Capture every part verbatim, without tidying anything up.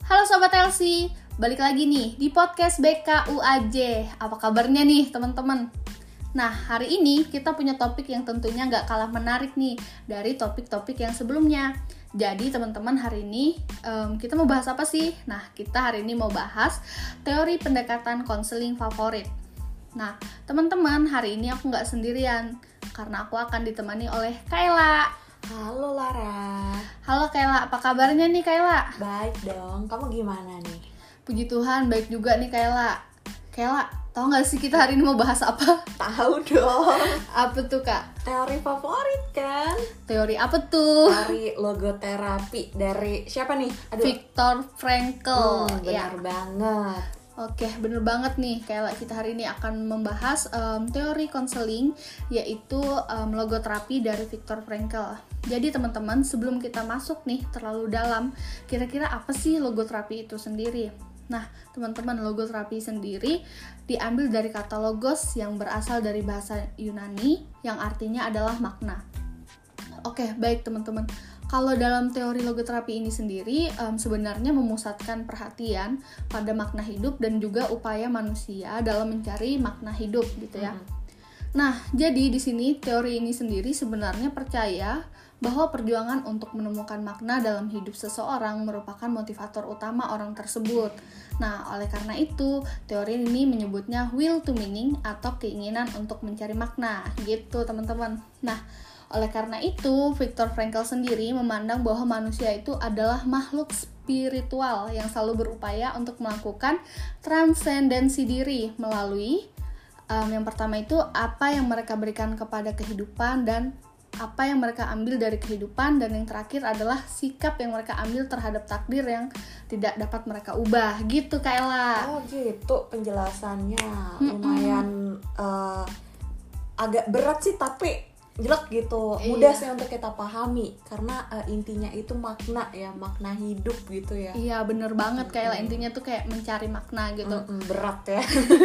Halo Sobat Elsie, balik lagi nih di podcast B K U A J. Apa kabarnya nih teman-teman? Nah, hari ini kita punya topik yang tentunya gak kalah menarik nih dari topik-topik yang sebelumnya. Jadi teman-teman, hari ini um, kita mau bahas apa sih? Nah, kita hari ini mau bahas teori pendekatan konseling favorit. Nah, teman-teman, hari ini aku gak sendirian karena aku akan ditemani oleh Kayla. Halo Lara. Halo Kayla, apa kabarnya nih Kayla? Baik dong, kamu gimana nih? Puji Tuhan, baik juga nih Kayla. Kayla, tau gak sih kita hari ini mau bahas apa? Tahu dong. Apa tuh Kak? Teori favorit kan? Teori apa tuh? Teori logoterapi dari siapa nih? Aduh. Viktor Frankl. Hmm, benar ya. banget. Oke, bener banget nih. Kayak kita hari ini akan membahas um, teori konseling, yaitu um, logoterapi dari Viktor Frankl. Jadi teman-teman, sebelum kita masuk nih terlalu dalam, kira-kira apa sih logoterapi itu sendiri? Nah, teman-teman, logoterapi sendiri diambil dari kata logos yang berasal dari bahasa Yunani, yang artinya adalah makna. Oke, baik teman-teman. Kalau dalam teori logoterapi ini sendiri um, sebenarnya memusatkan perhatian pada makna hidup dan juga upaya manusia dalam mencari makna hidup gitu ya. Mm-hmm. Nah, jadi di sini teori ini sendiri sebenarnya percaya bahwa perjuangan untuk menemukan makna dalam hidup seseorang merupakan motivator utama orang tersebut. Nah, oleh karena itu, teori ini menyebutnya will to meaning atau keinginan untuk mencari makna gitu, teman-teman. Nah, oleh karena itu, Viktor Frankl sendiri memandang bahwa manusia itu adalah makhluk spiritual yang selalu berupaya untuk melakukan transendensi diri melalui um, yang pertama itu apa yang mereka berikan kepada kehidupan dan apa yang mereka ambil dari kehidupan, dan yang terakhir adalah sikap yang mereka ambil terhadap takdir yang tidak dapat mereka ubah gitu Kayla. Oh gitu penjelasannya. Mm-mm. Lumayan uh, agak berat sih tapi jelek gitu, mudah iya. sih untuk kita pahami karena uh, intinya itu makna ya, makna hidup gitu ya. Iya bener banget Kayla, intinya tuh kayak mencari makna gitu. Mm-mm, berat ya.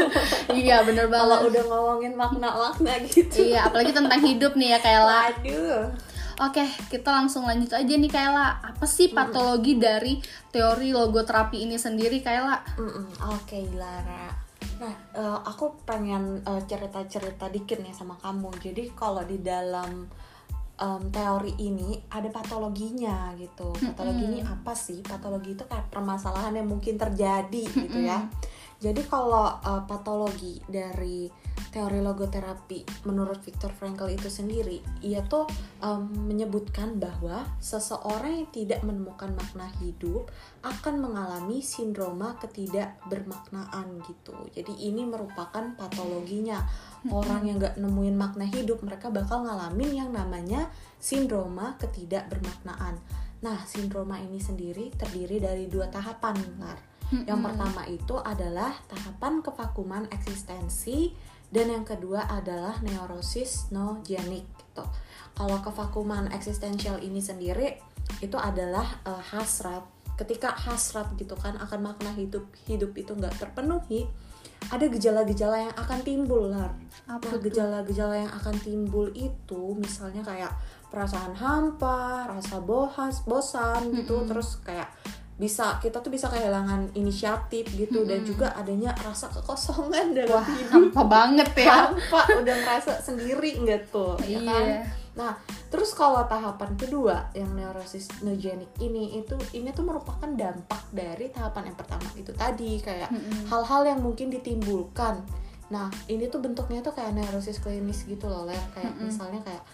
Iya bener banget. Kalau udah ngomongin makna-makna gitu. Iya, apalagi tentang hidup nih ya Kayla. Aduh. Oke, kita langsung lanjut aja nih Kayla. Apa sih patologi mm-hmm. dari teori logoterapi ini sendiri Kayla? Oke okay, Lara. Nah, uh, aku pengen uh, cerita-cerita dikit nih sama kamu. Jadi kalau di dalam um, teori ini ada patologinya gitu. Patologi mm-hmm. ini apa sih? Patologi itu kayak permasalahan yang mungkin terjadi mm-hmm. gitu ya. Jadi kalau uh, patologi dari teori logoterapi menurut Viktor Frankl itu sendiri, ia tuh um, menyebutkan bahwa seseorang yang tidak menemukan makna hidup akan mengalami sindroma ketidakbermaknaan gitu. Jadi ini merupakan patologinya. Orang yang gak nemuin makna hidup, mereka bakal ngalamin yang namanya sindroma ketidakbermaknaan. Nah, sindroma ini sendiri terdiri dari dua tahapan, Lar. Yang mm-hmm. pertama itu adalah tahapan kevakuman eksistensi, dan yang kedua adalah neurosis nogenik gitu. Kalau kevakuman eksistensial ini sendiri itu adalah uh, hasrat. Ketika hasrat gitu kan akan makna hidup hidup itu nggak terpenuhi, ada gejala-gejala yang akan timbul, Lar. Apa nah, gejala-gejala yang akan timbul itu misalnya kayak perasaan hampa, rasa bohas, bosan gitu, mm-hmm. terus kayak bisa kita tuh bisa kehilangan inisiatif gitu, hmm. dan juga adanya rasa kekosongan dalam Wah, hidup. Hampa banget ya. Hampa, udah ngerasa sendiri nggak tuh, ya kan? Iya. Nah, terus kalau tahapan kedua yang neurosis nogenik ini itu ini tuh merupakan dampak dari tahapan yang pertama itu tadi, kayak hmm. hal-hal yang mungkin ditimbulkan. Nah, ini tuh bentuknya tuh kayak neurosis klinis gitu loh, kayak hmm. misalnya kayak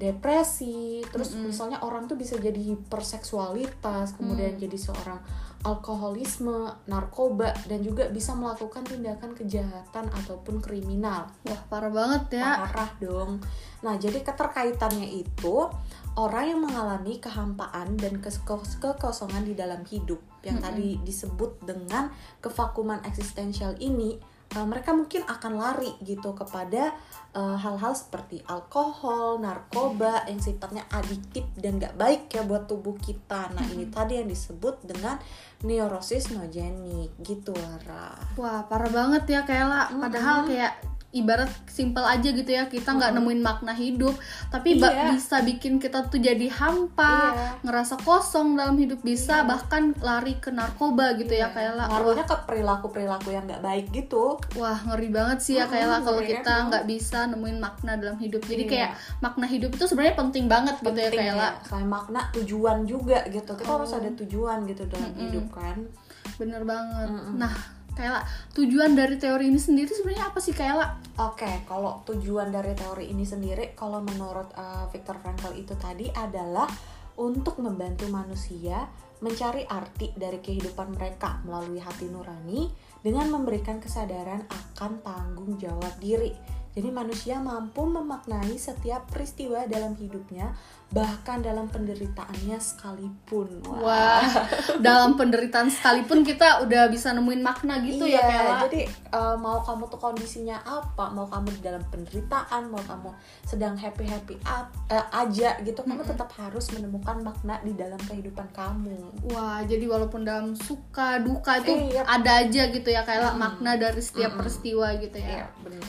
depresi, terus mm-hmm. misalnya orang tuh bisa jadi hiperseksualitas, kemudian mm. jadi seorang alkoholisme, narkoba, dan juga bisa melakukan tindakan kejahatan ataupun kriminal. Wah, parah banget ya. Parah dong. Nah, jadi keterkaitannya itu orang yang mengalami kehampaan dan kekosongan di dalam hidup yang mm-hmm. tadi disebut dengan kevakuman eksistensial ini, uh, mereka mungkin akan lari gitu kepada uh, hal-hal seperti alkohol, narkoba yang sifatnya adiktif dan gak baik ya buat tubuh kita. Nah, mm-hmm. ini tadi yang disebut dengan neurosis nogenik gitu, Lara. Wah, parah banget ya Kayla. Padahal mm-hmm. kayak ibarat simpel aja gitu ya, kita nggak hmm. nemuin makna hidup, tapi iya. ba- bisa bikin kita tuh jadi hampa, iya. ngerasa kosong dalam hidup, bisa iya. bahkan lari ke narkoba gitu iya. ya Kayla. Ngaruhnya ke perilaku-perilaku yang nggak baik gitu. Wah, ngeri banget sih ya Kayla hmm, kalau kita nggak bisa nemuin makna dalam hidup. Jadi iya. kayak makna hidup itu sebenarnya penting banget penting gitu ya Kayla. Ya. Selain makna, tujuan juga gitu. Kita oh. harus ada tujuan gitu dalam mm-mm. hidup kan. Bener banget. Mm-mm. Nah, Kayla, tujuan dari teori ini sendiri sebenarnya apa sih Kayla? Oke, okay, kalau tujuan dari teori ini sendiri, kalau menurut uh, Viktor Frankl itu tadi adalah untuk membantu manusia mencari arti dari kehidupan mereka melalui hati nurani dengan memberikan kesadaran akan tanggung jawab diri. Jadi manusia mampu memaknai setiap peristiwa dalam hidupnya, bahkan dalam penderitaannya sekalipun. Wah, Wah dalam penderitaan sekalipun kita udah bisa nemuin makna gitu iya, ya Kayla. Jadi uh, mau kamu tuh kondisinya apa, mau kamu di dalam penderitaan, mau kamu sedang happy-happy uh, aja gitu, kamu mm-hmm. tetap harus menemukan makna di dalam kehidupan kamu. Wah, jadi walaupun dalam suka, duka itu eh, iya. ada aja gitu ya Kayla, mm-hmm. makna dari setiap mm-hmm. peristiwa gitu ya. Iya, benar.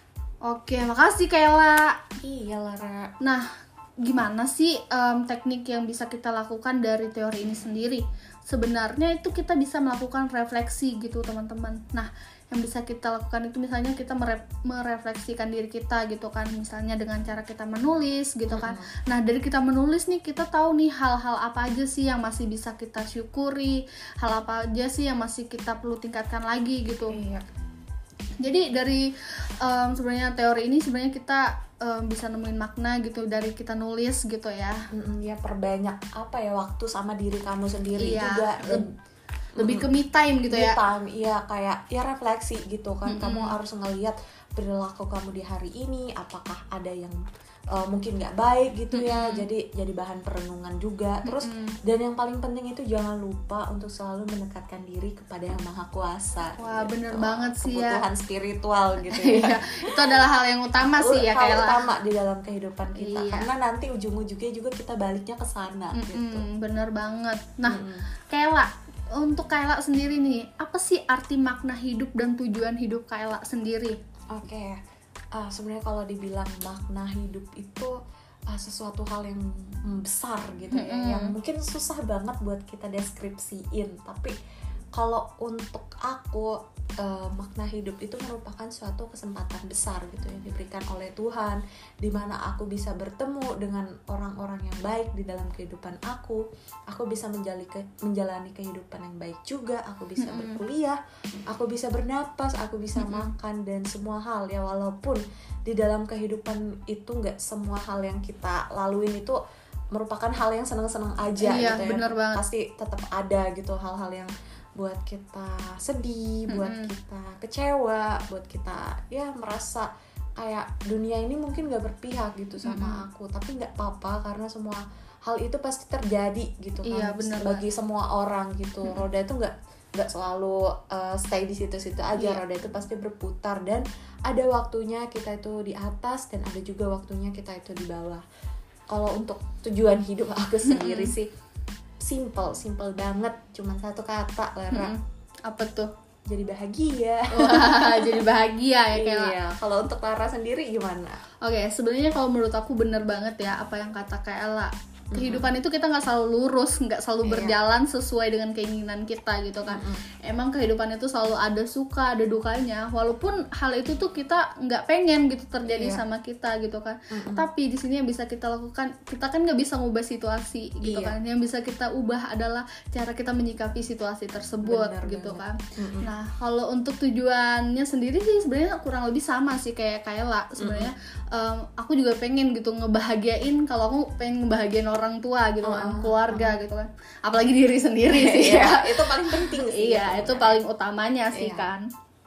Oke, makasih Kayla. Iya Lara. Nah, gimana sih um, teknik yang bisa kita lakukan dari teori ini sendiri? Sebenarnya itu kita bisa melakukan refleksi gitu teman-teman. Nah, yang bisa kita lakukan itu misalnya kita mere- merefleksikan diri kita gitu kan, misalnya dengan cara kita menulis gitu kan. Mm-hmm. Nah, dari kita menulis nih kita tahu nih hal-hal apa aja sih yang masih bisa kita syukuri, hal apa aja sih yang masih kita perlu tingkatkan lagi gitu. Iya. Jadi dari um, sebenarnya teori ini sebenarnya kita um, bisa nemuin makna gitu dari kita nulis gitu ya. Mm-mm, ya perbanyak apa ya waktu sama diri kamu sendiri iya, juga. Le- lebih ke me time gitu me ya. Me time, iya kayak ya refleksi gitu kan. Mm-mm. Kamu harus ngelihat perilaku kamu di hari ini, apakah ada yang uh, mungkin nggak baik gitu ya. Mm-hmm. Jadi jadi bahan perenungan juga. Terus mm-hmm. dan yang paling penting itu jangan lupa untuk selalu mendekatkan diri kepada Yang Maha Kuasa. Wah, gitu. Bener oh, banget sih ya. Kebutuhan spiritual gitu ya. Itu adalah hal yang utama sih ya, hal utama di dalam kehidupan kita. Iya. Karena nanti ujung-ujungnya juga kita baliknya ke sana mm-hmm. gitu. Bener banget. Nah, mm-hmm. Kayla, untuk Kayla sendiri nih, apa sih arti makna hidup dan tujuan hidup Kayla sendiri? Oke, okay. uh, sebenarnya kalau dibilang makna hidup itu uh, sesuatu hal yang besar gitu ya, mm-hmm. yang mungkin susah banget buat kita deskripsiin. Tapi kalau untuk aku uh, makna hidup itu merupakan suatu kesempatan besar gitu yang diberikan oleh Tuhan, di mana aku bisa bertemu dengan orang-orang yang baik di dalam kehidupan aku. Aku bisa menjalani, ke, menjalani kehidupan yang baik juga. Aku bisa mm-hmm. berkuliah, aku bisa bernapas, aku bisa mm-hmm. makan dan semua hal ya. Walaupun di dalam kehidupan itu nggak semua hal yang kita laluin itu merupakan hal yang senang-senang aja iya, gitu ya. Bener banget. Pasti tetap ada gitu hal-hal yang buat kita sedih, mm-hmm. buat kita kecewa, buat kita ya merasa kayak dunia ini mungkin gak berpihak gitu sama mm-hmm. aku. Tapi gak apa-apa karena semua hal itu pasti terjadi gitu kan. Iya, bener bagi banget. Semua orang gitu. Mm-hmm. Roda itu gak, gak selalu uh, stay di situ-situ aja. Iya. Roda itu pasti berputar dan ada waktunya kita itu di atas dan ada juga waktunya kita itu di bawah. Kalau untuk tujuan hidup aku sendiri mm-hmm. sih simple, simple banget, cuman satu kata, Lara. Hmm, apa tuh? Jadi bahagia. Wah, jadi bahagia ya Kayla. Iya. Kalau untuk Lara sendiri gimana? Oke, okay, sebenarnya kalau menurut aku bener banget ya apa yang kata Kayla. Kehidupan mm-hmm. itu kita nggak selalu lurus, nggak selalu iya. berjalan sesuai dengan keinginan kita gitu kan. Mm-hmm. Emang kehidupan itu selalu ada suka, ada dukanya. Walaupun hal itu tuh kita nggak pengen gitu terjadi iya. sama kita gitu kan. Mm-hmm. Tapi di sini yang bisa kita lakukan, kita kan nggak bisa ngubah situasi gitu iya. kan. Yang bisa kita ubah adalah cara kita menyikapi situasi tersebut. Bener, gitu bener. Kan. Mm-hmm. Nah, kalau untuk tujuannya sendiri sih sebenarnya kurang lebih sama sih kayak Kayla. Sebenarnya mm-hmm. um, aku juga pengen gitu ngebahagiain. Kalau aku pengen ngebahagiain orang orang tua gitu kan, uh, keluarga uh. gitu kan, apalagi diri sendiri sih ya. Itu paling penting sih. Iya, itu paling utamanya sih iya. kan.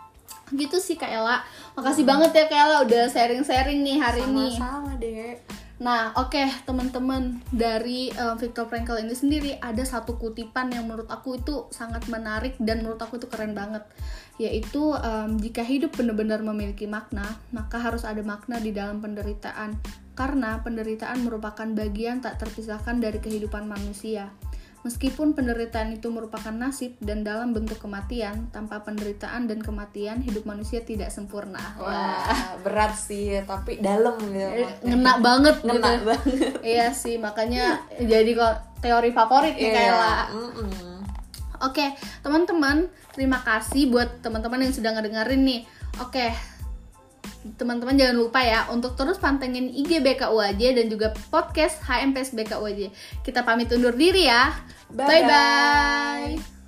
Gitu sih Kak Ella. Makasih hmm. banget ya Kak Ella udah sharing-sharing nih hari Sama-sama ini. Sama-sama deh. Nah, oke okay, teman-teman, dari um, Viktor Frankl ini sendiri ada satu kutipan yang menurut aku itu sangat menarik dan menurut aku itu keren banget, yaitu um, jika hidup benar-benar memiliki makna, maka harus ada makna di dalam penderitaan, karena penderitaan merupakan bagian tak terpisahkan dari kehidupan manusia. Meskipun penderitaan itu merupakan nasib dan dalam bentuk kematian, tanpa penderitaan dan kematian hidup manusia tidak sempurna. Wah, berat sih, tapi dalam gitu. Ngena banget Ngena gitu. banget. Iya sih, makanya jadi kok teori favorit nih Kayla. Mm-mm. Oke, teman-teman, terima kasih buat teman-teman yang sudah ngedengerin nih. Oke, teman-teman jangan lupa ya untuk terus pantengin I G B K U A J dan juga podcast H M P S B K U A J. Kita pamit undur diri ya. Bye-bye.